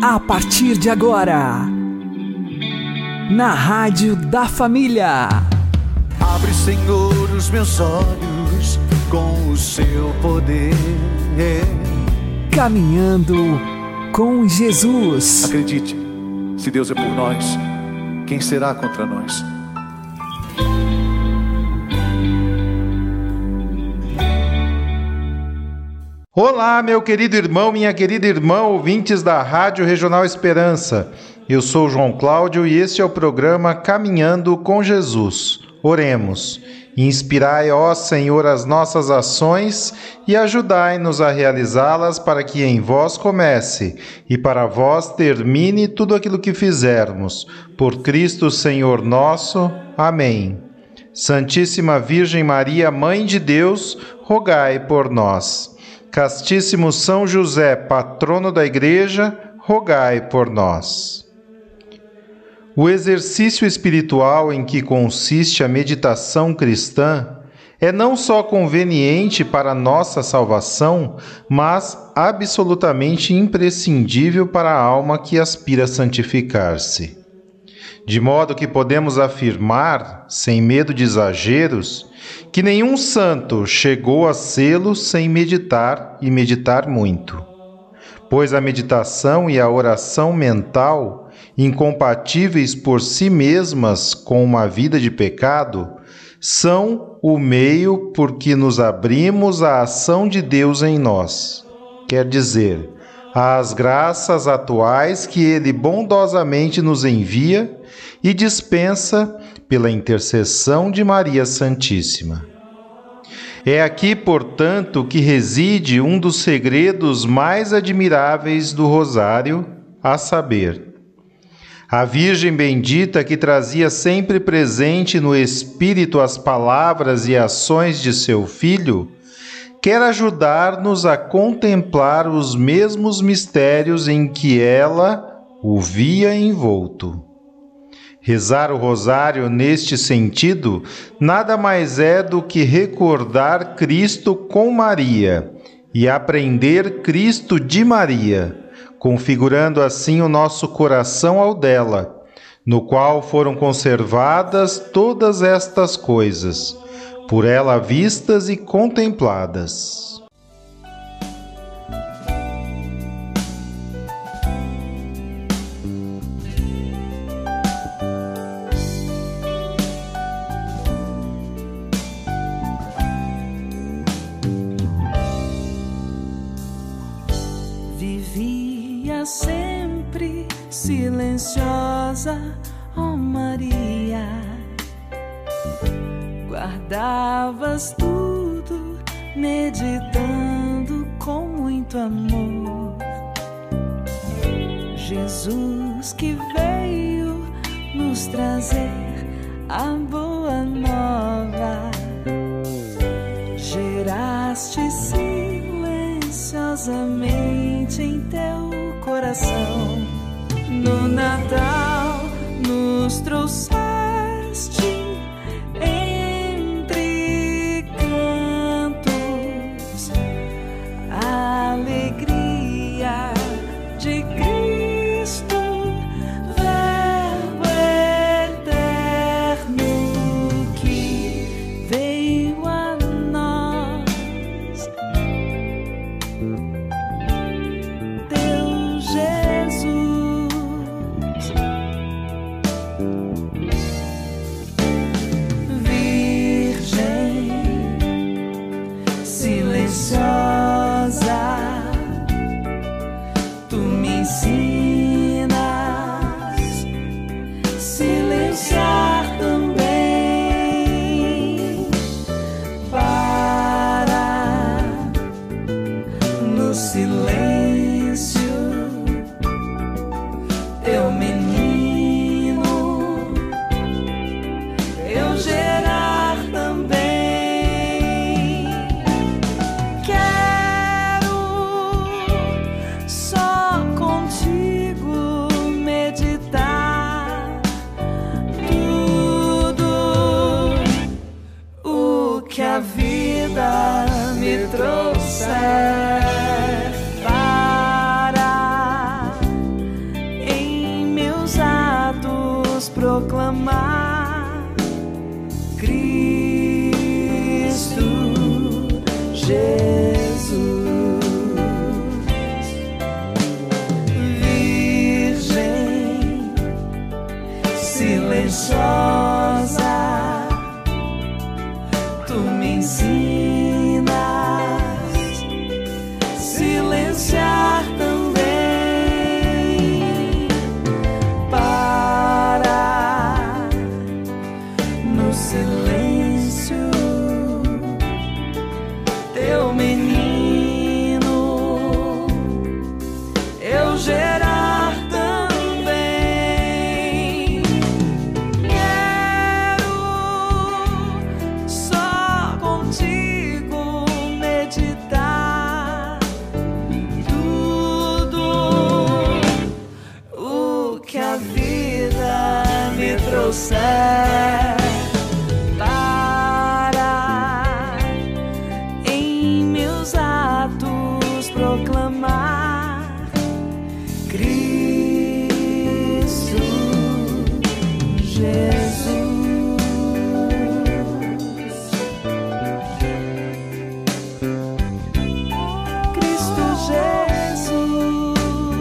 A partir de agora, na Rádio da Família. Abre, Senhor, os meus olhos com o seu poder. Caminhando com Jesus. Acredite, se Deus é por nós, quem será contra nós? Olá, meu querido irmão, minha querida irmã, ouvintes da Rádio Regional Esperança. Eu sou João Cláudio e este é o programa Caminhando com Jesus. Oremos. Inspirai, ó Senhor, as nossas ações e ajudai-nos a realizá-las para que em vós comece e para vós termine tudo aquilo que fizermos. Por Cristo, Senhor nosso. Amém. Santíssima Virgem Maria, Mãe de Deus, rogai por nós. Castíssimo São José, patrono da Igreja, rogai por nós. O exercício espiritual em que consiste a meditação cristã é não só conveniente para a nossa salvação, mas absolutamente imprescindível para a alma que aspira a santificar-se. De modo que podemos afirmar, sem medo de exageros, que nenhum santo chegou a sê-lo sem meditar e meditar muito. Pois a meditação e a oração mental, incompatíveis por si mesmas com uma vida de pecado, são o meio por que nos abrimos à ação de Deus em nós. Quer dizer, às graças atuais que Ele bondosamente nos envia e dispensa pela intercessão de Maria Santíssima. É aqui, portanto, que reside um dos segredos mais admiráveis do Rosário, a saber, a Virgem bendita que trazia sempre presente no Espírito as palavras e ações de seu Filho, quer ajudar-nos a contemplar os mesmos mistérios em que ela o via envolto. Rezar o rosário neste sentido nada mais é do que recordar Cristo com Maria e aprender Cristo de Maria, configurando assim o nosso coração ao dela, no qual foram conservadas todas estas coisas, por ela vistas e contempladas. Vivia sempre silenciosa, ó Maria, guardavas tudo, meditando com muito amor. Jesus que veio nos trazer a boa nova, geraste silenciosamente em teu coração. No Natal nos trouxeste entre cantos a alegria de Cristo, Verbo eterno que veio a nós. Teu Jesus proclamar Cristo Jesus. Virgem silenciosa, tu me ensinas silenciar também, para no silêncio teu menino eu gerar também. Quero só contigo meditar tudo o que a vida me trouxer, para em meus atos proclamar Cristo Jesus. Cristo Jesus.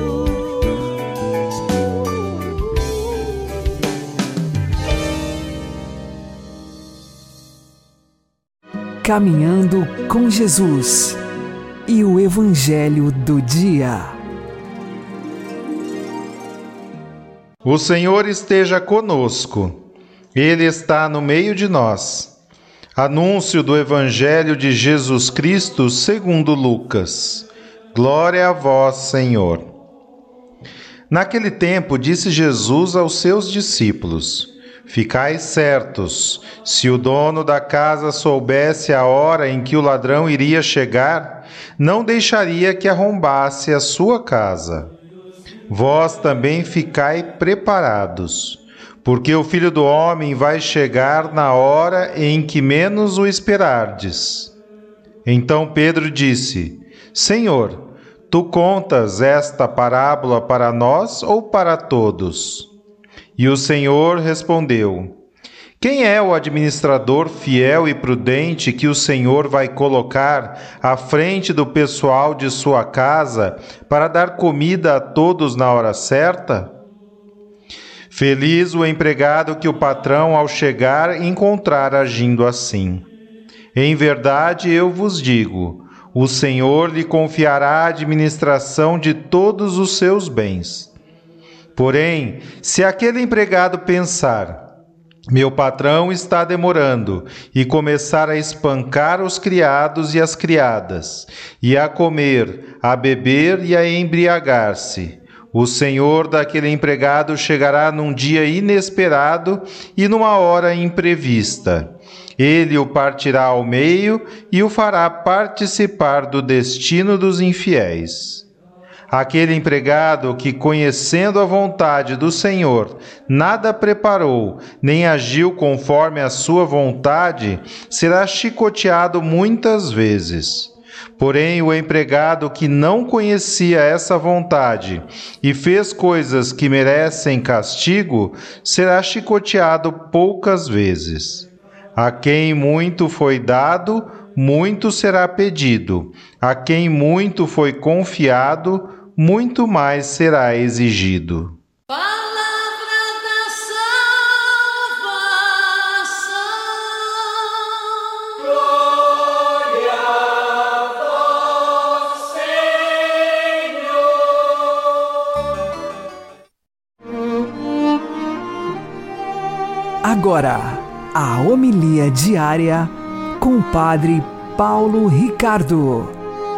Caminhando com Jesus e o Evangelho do Dia. O Senhor esteja conosco, Ele está no meio de nós. Anúncio do Evangelho de Jesus Cristo segundo Lucas. Glória a vós, Senhor. Naquele tempo disse Jesus aos seus discípulos: Ficai certos, se o dono da casa soubesse a hora em que o ladrão iria chegar, não deixaria que arrombasse a sua casa. Vós também ficai preparados, porque o Filho do Homem vai chegar na hora em que menos o esperardes. Então Pedro disse: Senhor, tu contas esta parábola para nós ou para todos? E o Senhor respondeu: Quem é o administrador fiel e prudente que o Senhor vai colocar à frente do pessoal de sua casa para dar comida a todos na hora certa? Feliz o empregado que o patrão, ao chegar, encontrar agindo assim. Em verdade, eu vos digo, o Senhor lhe confiará a administração de todos os seus bens. Porém, se aquele empregado pensar: meu patrão está demorando, e começar a espancar os criados e as criadas, e a comer, a beber e a embriagar-se, o senhor daquele empregado chegará num dia inesperado e numa hora imprevista. Ele o partirá ao meio e o fará participar do destino dos infiéis. Aquele empregado que, conhecendo a vontade do Senhor, nada preparou, nem agiu conforme a sua vontade, será chicoteado muitas vezes. Porém, o empregado que não conhecia essa vontade e fez coisas que merecem castigo, será chicoteado poucas vezes. A quem muito foi dado, muito será pedido. A quem muito foi confiado, muito mais será exigido. Palavra da salvação. Glória a vós, Senhor. Agora, a homilia diária com o Padre Paulo Ricardo.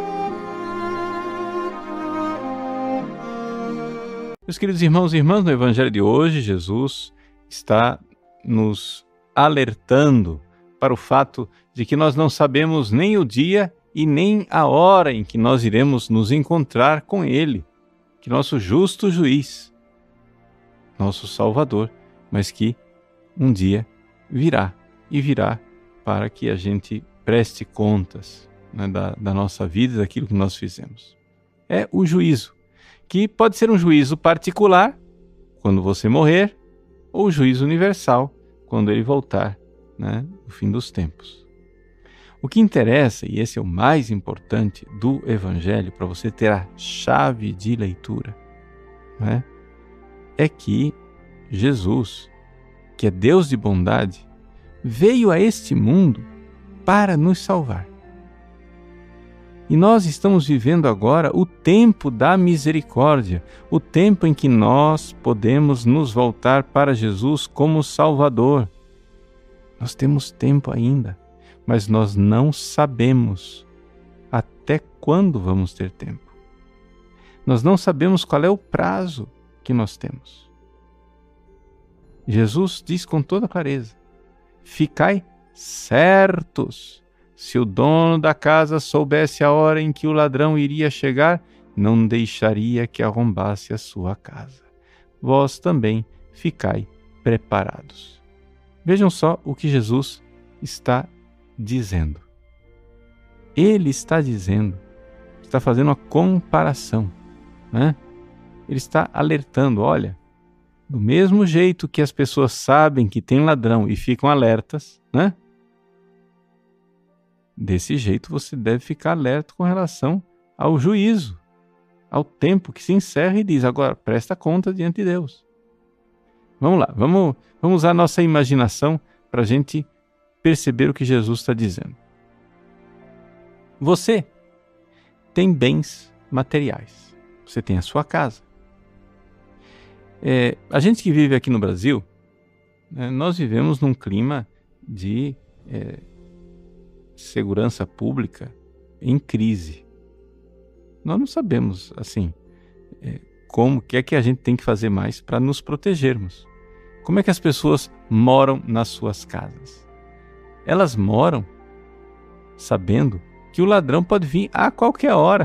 Meus queridos irmãos e irmãs, no Evangelho de hoje, Jesus está nos alertando para o fato de que nós não sabemos nem o dia e nem a hora em que nós iremos nos encontrar com Ele, que nosso justo juiz, nosso Salvador, mas que um dia virá e virá para que a gente preste contas, né, da nossa vida, daquilo que nós fizemos. É o juízo, que pode ser um juízo particular, quando você morrer, ou o juízo universal, quando ele voltar, né, no fim dos tempos. O que interessa, e esse é o mais importante do Evangelho, para você ter a chave de leitura, né, é que Jesus, que é Deus de bondade, veio a este mundo para nos salvar. E nós estamos vivendo agora o tempo da misericórdia, o tempo em que nós podemos nos voltar para Jesus como Salvador. Nós temos tempo ainda, mas nós não sabemos até quando vamos ter tempo. Nós não sabemos qual é o prazo que nós temos. Jesus diz com toda clareza: ficai certos. Se o dono da casa soubesse a hora em que o ladrão iria chegar, não deixaria que arrombasse a sua casa. Vós também ficai preparados. Vejam só o que Jesus está dizendo. Ele está dizendo, está fazendo uma comparação, né? Ele está alertando, olha, do mesmo jeito que as pessoas sabem que tem ladrão e ficam alertas, né? Desse jeito você deve ficar alerta com relação ao juízo, ao tempo que se encerra e diz: agora presta conta diante de Deus. Vamos lá, vamos usar a nossa imaginação para a gente perceber o que Jesus está dizendo. Você tem bens materiais, você tem a sua casa. A gente que vive aqui no Brasil, nós vivemos num clima de segurança pública em crise. Nós não sabemos, assim, como que é que a gente tem que fazer mais para nos protegermos. Como é que as pessoas moram nas suas casas? Elas moram sabendo que o ladrão pode vir a qualquer hora.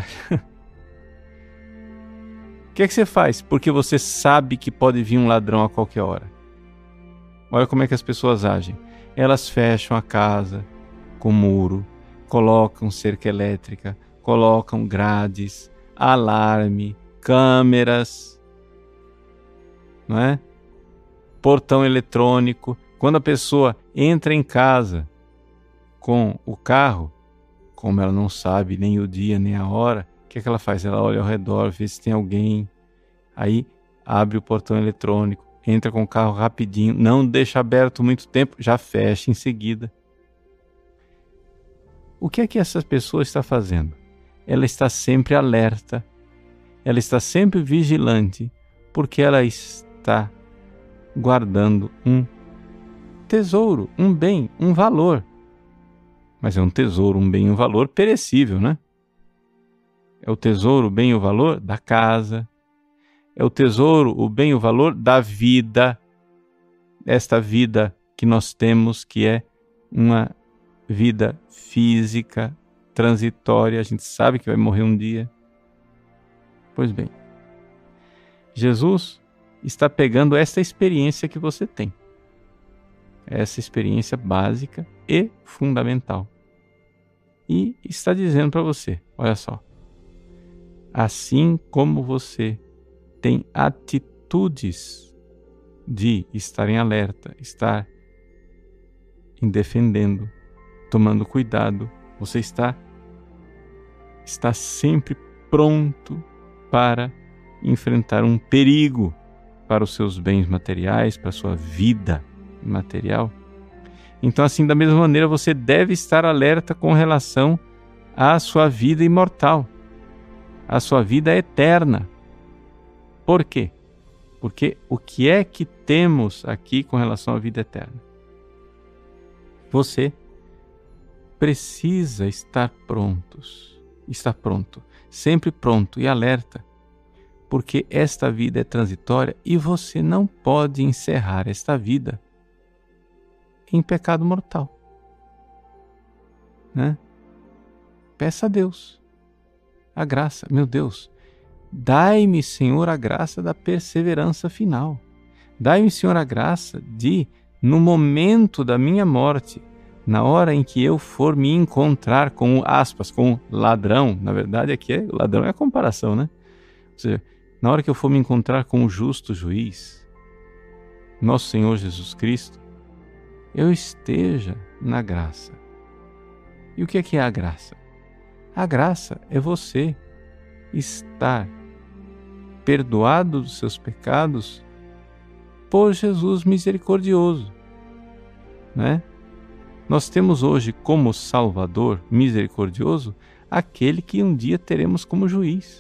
O que é que você faz? Porque você sabe que pode vir um ladrão a qualquer hora. Olha como é que as pessoas agem. Elas fecham a casa com muro, colocam cerca elétrica, colocam grades, alarme, câmeras, não é? Portão eletrônico. Quando a pessoa entra em casa com o carro, como ela não sabe nem o dia nem a hora, o que é que ela faz? Ela olha ao redor, vê se tem alguém, aí abre o portão eletrônico, entra com o carro rapidinho, não deixa aberto muito tempo, já fecha em seguida. O que é que essa pessoa está fazendo? Ela está sempre alerta, ela está sempre vigilante, porque ela está guardando um tesouro, um bem, um valor. Mas é um tesouro, um bem, um valor perecível, né? É o tesouro, o bem e o valor da casa. É o tesouro, o bem e o valor da vida. Esta vida que nós temos, que é uma vida física, transitória. A gente sabe que vai morrer um dia. Pois bem, Jesus está pegando essa experiência que você tem. Essa experiência básica e fundamental. E está dizendo para você, olha só, assim como você tem atitudes de estar em alerta, estar em defendendo, tomando cuidado, você está sempre pronto para enfrentar um perigo para os seus bens materiais, para a sua vida material. Então, assim, da mesma maneira, você deve estar alerta com relação à sua vida imortal, à sua vida eterna. Por quê? Porque o que é que temos aqui com relação à vida eterna? Você precisa estar pronto, sempre pronto e alerta, porque esta vida é transitória e você não pode encerrar esta vida em pecado mortal, né? Peça a Deus a graça. Meu Deus, dai-me, Senhor, a graça da perseverança final. Dai-me, Senhor, a graça de, no momento da minha morte, na hora em que eu for me encontrar com, aspas, com o ladrão, na verdade aqui o ladrão é a comparação, né? Ou seja, na hora que eu for me encontrar com o justo juiz, nosso Senhor Jesus Cristo, eu esteja na graça. E o que é a graça? A graça é você estar perdoado dos seus pecados por Jesus misericordioso, né? Nós temos hoje como Salvador misericordioso aquele que um dia teremos como juiz.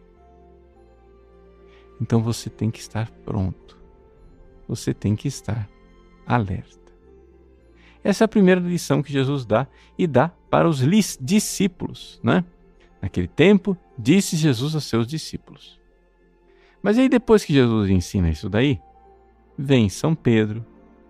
Então você tem que estar pronto. Você tem que estar alerta. Essa é a primeira lição que Jesus dá e dá para os discípulos, né? Naquele tempo, disse Jesus a seus discípulos. Mas aí depois que Jesus ensina isso daí, vem São Pedro,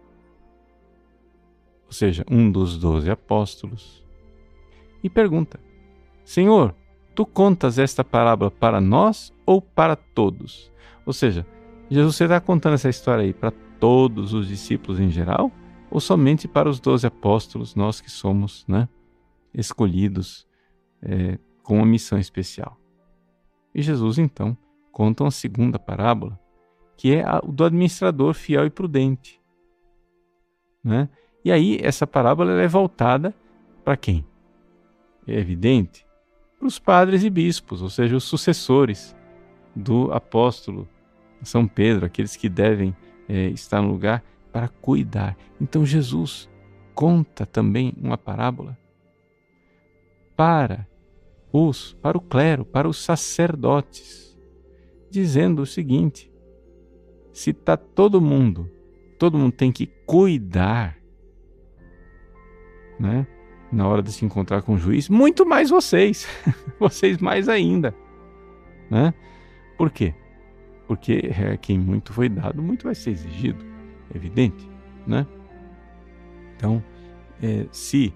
ou seja, um dos 12 apóstolos, e pergunta: Senhor, tu contas esta parábola para nós ou para todos? Ou seja, Jesus, você está contando essa história aí para todos os discípulos em geral ou somente para os 12 apóstolos, nós que somos, né, escolhidos com uma missão especial? E Jesus então conta uma segunda parábola, que é a do administrador fiel e prudente, né? E aí essa parábola ela é voltada para quem? É evidente, para os padres e bispos, ou seja, os sucessores do apóstolo São Pedro, aqueles que devem estar no lugar para cuidar. Então Jesus conta também uma parábola para o clero, para os sacerdotes, dizendo o seguinte: se está todo mundo tem que cuidar, né, na hora de se encontrar com o juiz, muito mais vocês, vocês mais ainda, né? Por quê? Porque quem muito foi dado, muito vai ser exigido, é evidente, né? Então, se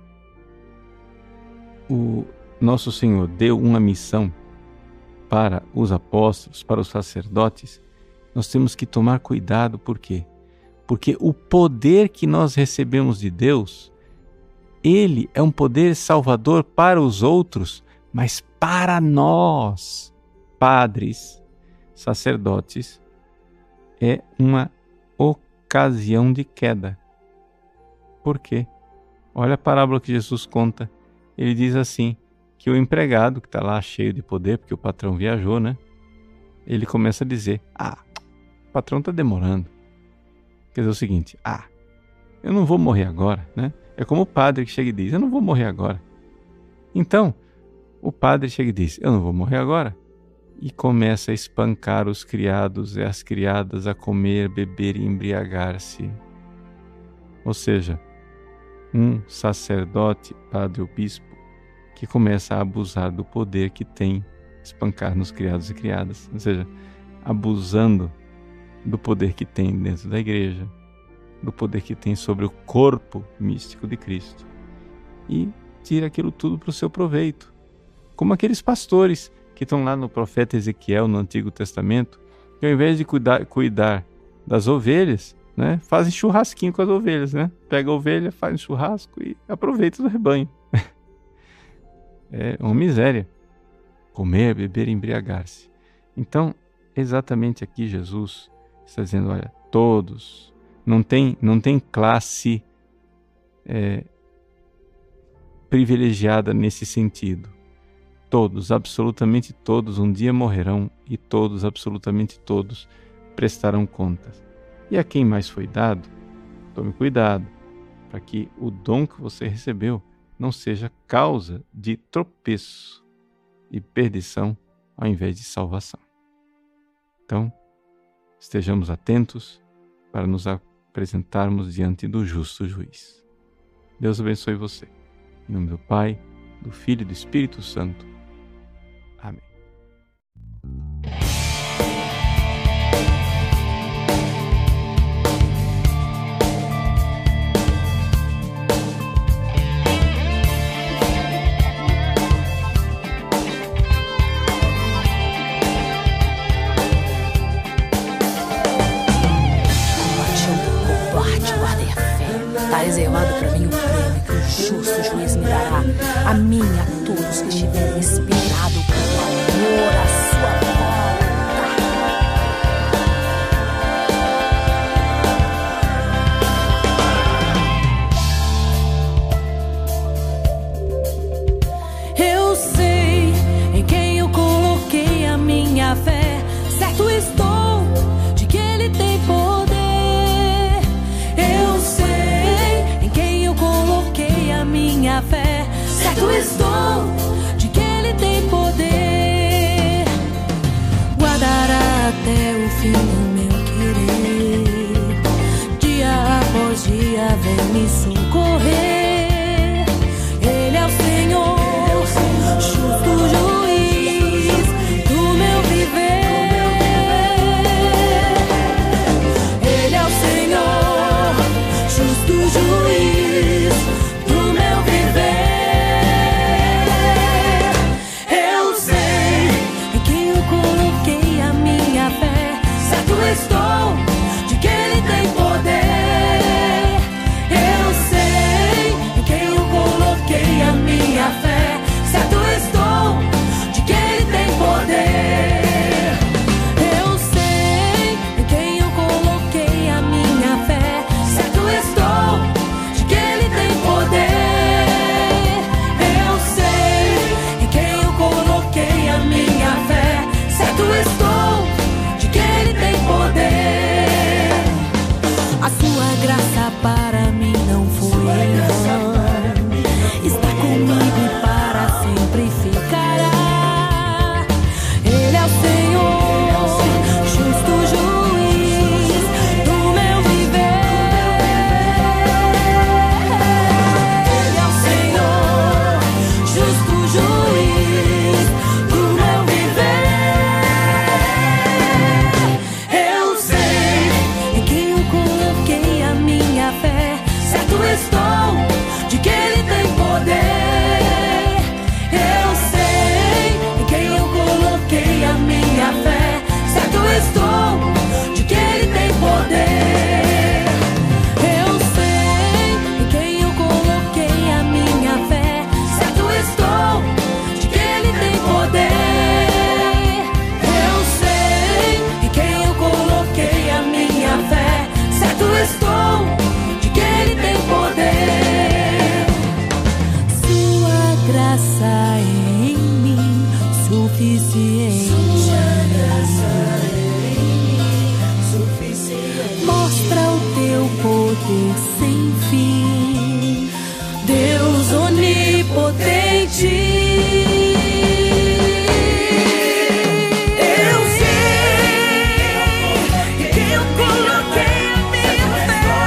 o nosso Senhor deu uma missão para os apóstolos, para os sacerdotes, nós temos que tomar cuidado. Por quê? Porque o poder que nós recebemos de Deus, ele é um poder salvador para os outros, mas para nós, padres, sacerdotes, é uma ocasião de queda. Por quê? Olha a parábola que Jesus conta. Ele diz assim, que o empregado, que está lá cheio de poder, porque o patrão viajou, né? Ele começa a dizer: o patrão está demorando. Quer dizer o seguinte: eu não vou morrer agora, né? É como o padre que chega e diz: eu não vou morrer agora. Então, o padre chega e diz: eu não vou morrer agora. E começa a espancar os criados e as criadas, a comer, beber e embriagar-se. Ou seja, um sacerdote, padre ou bispo, que começa a abusar do poder que tem, espancar nos criados e criadas, ou seja, abusando do poder que tem dentro da igreja, do poder que tem sobre o corpo místico de Cristo, e tira aquilo tudo para o seu proveito, como aqueles pastores que estão lá no profeta Ezequiel, no Antigo Testamento, que ao invés de cuidar das ovelhas, né, fazem churrasquinho com as ovelhas, né? Pega a ovelha, faz um churrasco e aproveita do rebanho. É uma miséria. Comer, beber e embriagar-se. Então, exatamente aqui Jesus está dizendo: olha, todos, não tem classe privilegiada nesse sentido. Todos, absolutamente todos, um dia morrerão e todos, absolutamente todos, prestarão contas. E a quem mais foi dado, tome cuidado, para que o dom que você recebeu não seja causa de tropeço e perdição ao invés de salvação. Então, estejamos atentos para nos apresentarmos diante do justo juiz. Deus abençoe você. Em nome do Pai, do Filho e do Espírito Santo. Amém. Está reservado para mim o prêmio que o justo juiz me dará, a mim e a todos que estiverem esperado com amor a sua volta. estou de que Ele tem poder. Eu sei em quem eu coloquei a minha fé. Certo estou de que Ele tem poder. Guardará até o fim o meu querer. Dia após dia vem me socorrer. Ele é o Senhor, justo juiz do meu viver. Ele é o Senhor, justo juiz do meu viver. Eu sei em quem eu coloquei a minha fé. Certo estou de que Ele tem poder. Eu sei em quem eu coloquei a minha fé. Certo estou de que Ele tem poder. Eu sei em quem eu coloquei a minha fé. Certo estou de que Ele tem poder. Eu sei em quem eu coloquei a minha fé. Certo estou de que Ele tem poder. A sua graça para mim não foi em vão. Está comigo e para sempre ficará. Ele é o Senhor, justo juiz do meu viver. Ele é o Senhor, justo juiz do meu viver. Eu sei em quem eu coloquei a minha fé. Certo estou de que Ele tem poder. Eu sei em quem eu coloquei a minha fé. Certo estou de que Ele tem poder. Eu sei em quem eu coloquei a minha fé. Certo estou de que Ele tem poder. Eu sei em quem eu coloquei a minha fé. Certo estou de que Ele tem poder. Sua graça é em mim suficiente. Mostra o teu poder sem fim, Deus onipotente. Eu sei em quem eu coloquei a minha fé.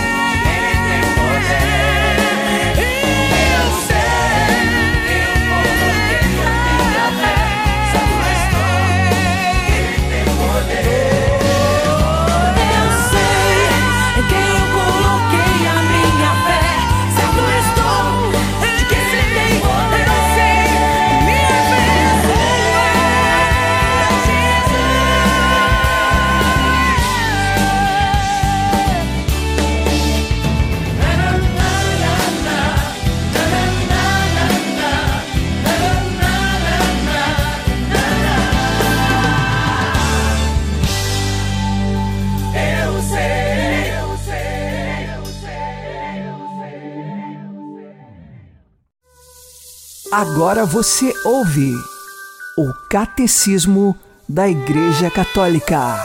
Eu sei em quem eu coloquei a minha fé. Certo estou de que Ele tem poder. Eu sei em quem eu coloquei a minha fé. Certo estou de que Ele tem poder. Eu sei, minha fé é Agora você ouve o Catecismo da Igreja Católica.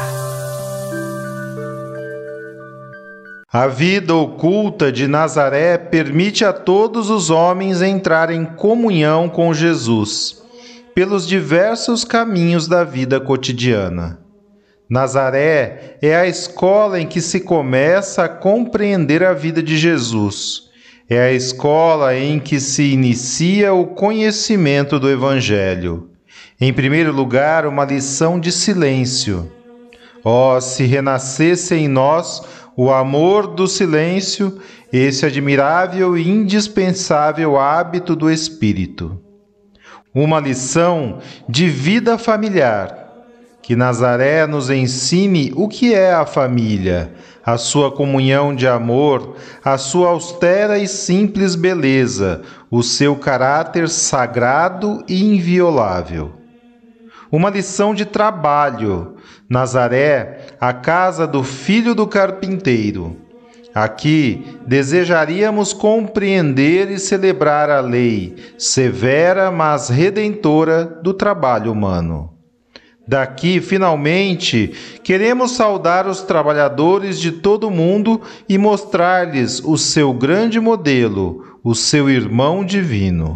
A vida oculta de Nazaré permite a todos os homens entrar em comunhão com Jesus, pelos diversos caminhos da vida cotidiana. Nazaré é a escola em que se começa a compreender a vida de Jesus. É a escola em que se inicia o conhecimento do Evangelho. Em primeiro lugar, uma lição de silêncio. Oh, se renascesse em nós o amor do silêncio, esse admirável e indispensável hábito do Espírito. Uma lição de vida familiar. Que Nazaré nos ensine o que é a família, a sua comunhão de amor, a sua austera e simples beleza, o seu caráter sagrado e inviolável. Uma lição de trabalho. Nazaré, a casa do filho do carpinteiro. Aqui desejaríamos compreender e celebrar a lei, severa mas redentora do trabalho humano. Daqui, finalmente, queremos saudar os trabalhadores de todo o mundo e mostrar-lhes o seu grande modelo, o seu irmão divino.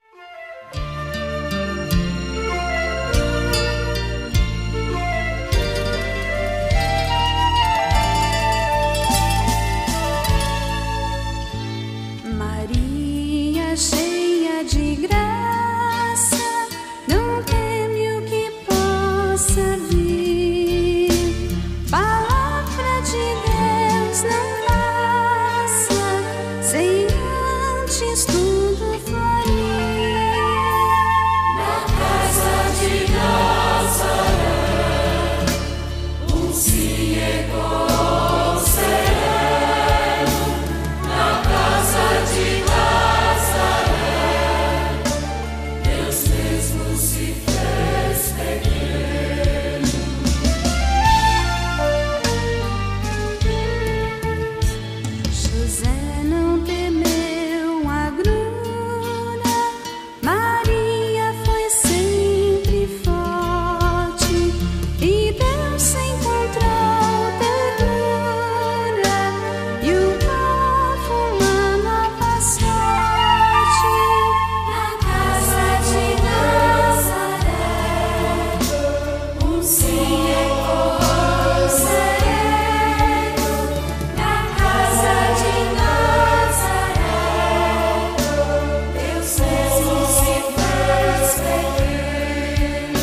Maria, cheia de graça, não teme o que possa vir. Palavra de Deus não passa sem antes tudo florir. Na casa de Nazaré, um sim ecoou sereno. Na casa de Nazaré, Deus mesmo se fez pequeno. José não temeu a agrura, Maria foi sempre forte e Deus encontrou ternura e o povo uma nova sorte. Na casa de Nazaré, um sim ecoou sereno. Na casa de Nazaré, Deus mesmo se fez pequeno.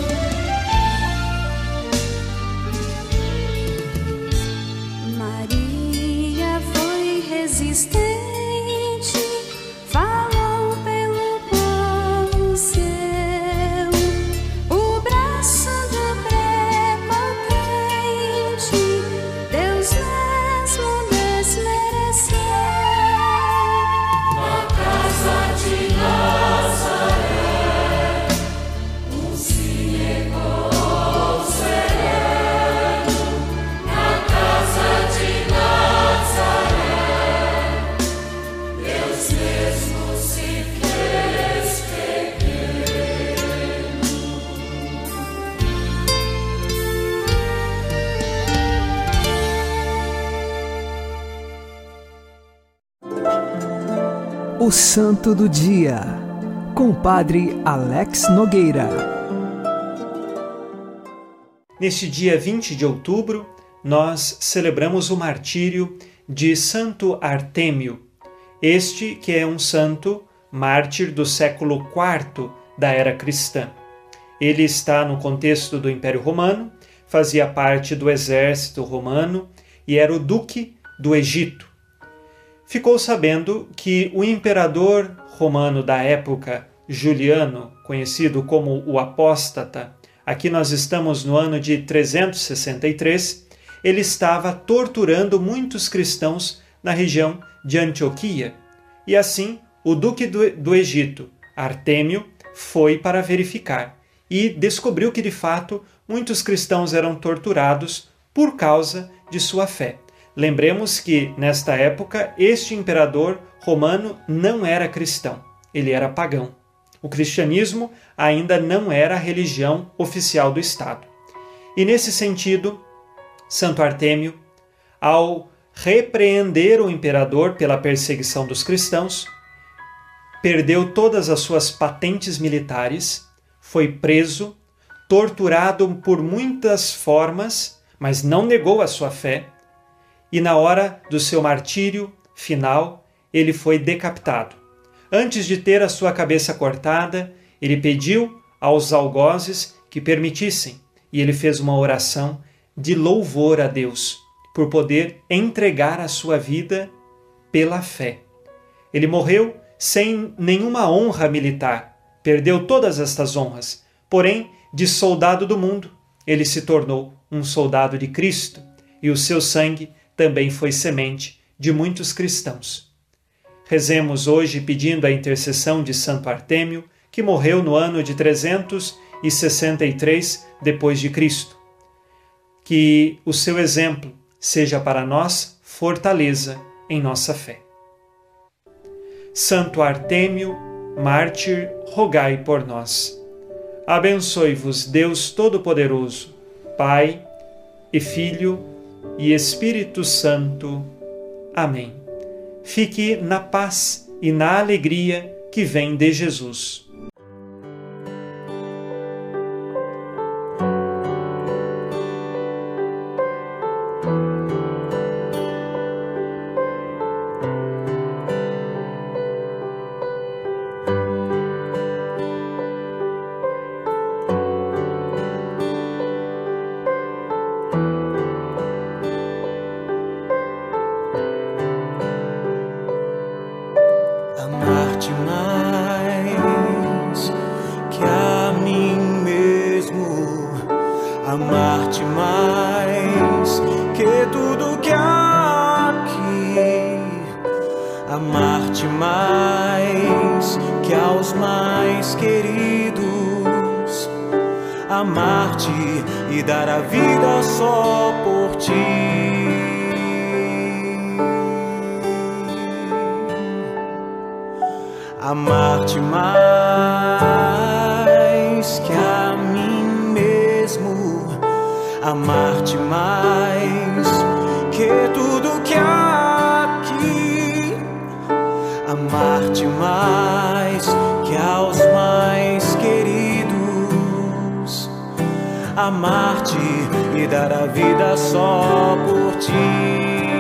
Maria foi resistente, falou pelo povo seu, o braço do prepotente, Deus mesmo desmereceu. Na casa de Nazaré, um sim ecoou sereno. Na casa de Nazaré, Deus mesmo se fez pequeno. O Santo do Dia, com o Padre Alex Nogueira. Neste dia 20 de outubro, nós celebramos o martírio de Santo Artêmio, este que é um santo mártir do século IV da era cristã. Ele está no contexto do Império Romano, fazia parte do exército romano e era o duque do Egito. Ficou sabendo que o imperador romano da época, Juliano, conhecido como o Apóstata, aqui nós estamos no ano de 363, ele estava torturando muitos cristãos na região de Antioquia. E assim, o duque do Egito, Artêmio, foi para verificar e descobriu que, de fato, muitos cristãos eram torturados por causa de sua fé. Lembremos que, nesta época, este imperador romano não era cristão, ele era pagão. O cristianismo ainda não era a religião oficial do Estado. E, nesse sentido, Santo Artêmio, ao repreender o imperador pela perseguição dos cristãos, perdeu todas as suas patentes militares, foi preso, torturado por muitas formas, mas não negou a sua fé, e na hora do seu martírio final, ele foi decapitado. Antes de ter a sua cabeça cortada, ele pediu aos algozes que permitissem, e ele fez uma oração de louvor a Deus por poder entregar a sua vida pela fé. Ele morreu sem nenhuma honra militar, perdeu todas estas honras, porém, de soldado do mundo, ele se tornou um soldado de Cristo, e o seu sangue também foi semente de muitos cristãos. Rezemos hoje pedindo a intercessão de Santo Artêmio, que morreu no ano de 363 depois de Cristo. Que o seu exemplo seja para nós fortaleza em nossa fé. Santo Artêmio, mártir, rogai por nós. Abençoe-vos Deus Todo-Poderoso, Pai e Filho e Espírito Santo. Amém. Fique na paz e na alegria que vem de Jesus. Amar-te mais que a mim mesmo, amar-te mais que tudo que há aqui, amar-te mais que aos mais queridos, amar-te e dar a vida só por ti. Amar-te mais que a mim mesmo, amar-te mais que tudo que há aqui, amar-te mais que aos mais queridos, amar-te e dar a vida só por ti.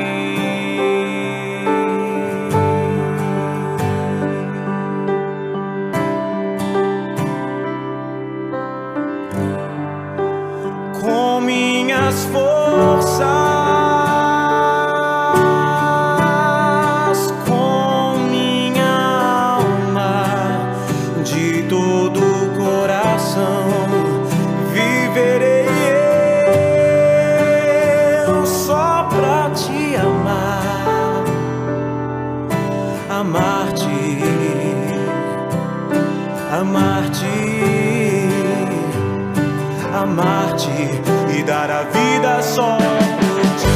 Com minhas forças, com minha alma, de todo o coração, viverei eu só pra te amar, amar-te, amar-te, amar-te e dar a vida só por ti.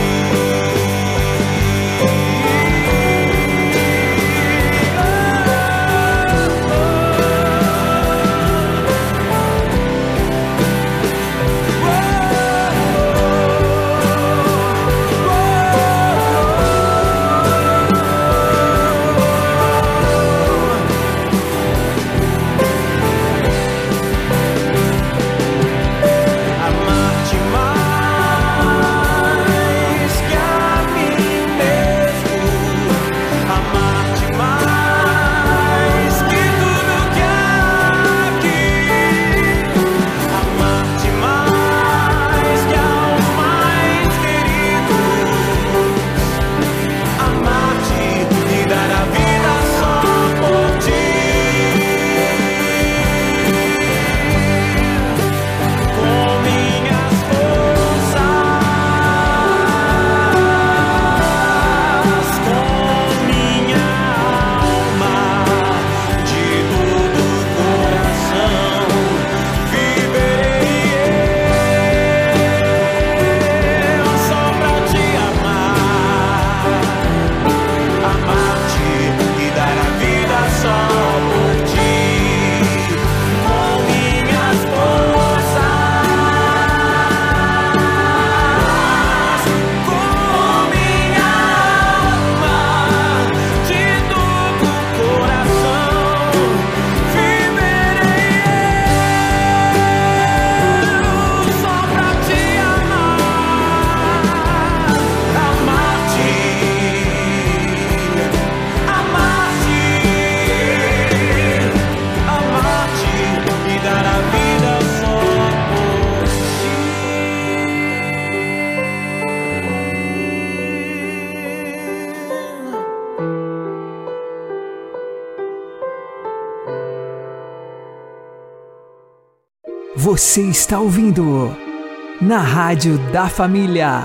Você está ouvindo na Rádio da Família,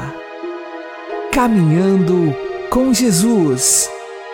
Caminhando com Jesus.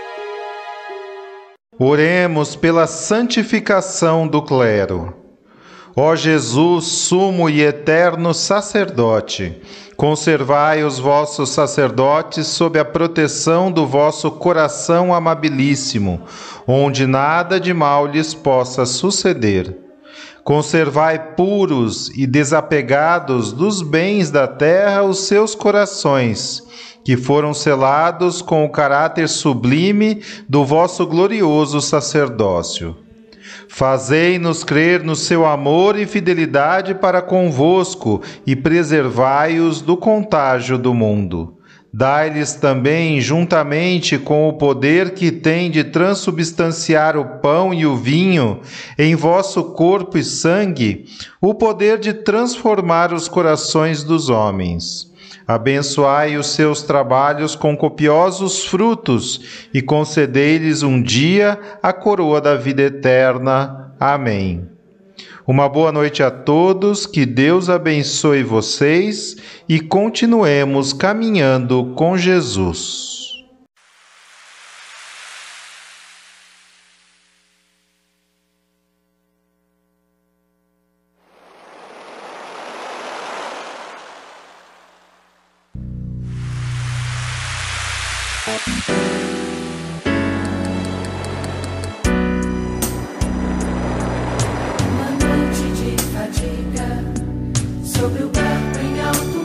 Oremos pela santificação do clero. Ó Jesus, sumo e eterno sacerdote, conservai os vossos sacerdotes sob a proteção do vosso coração amabilíssimo, onde nada de mal lhes possa suceder. Conservai puros e desapegados dos bens da terra os seus corações, que foram selados com o caráter sublime do vosso glorioso sacerdócio. Fazei-nos crer no seu amor e fidelidade para convosco e preservai-os do contágio do mundo. Dai-lhes também, juntamente com o poder que tem de transubstanciar o pão e o vinho em vosso corpo e sangue, o poder de transformar os corações dos homens. Abençoai os seus trabalhos com copiosos frutos e concedei-lhes um dia a coroa da vida eterna. Amém. Uma boa noite a todos, que Deus abençoe vocês e continuemos caminhando com Jesus. Uma noite de fadiga, sobre o barco em alto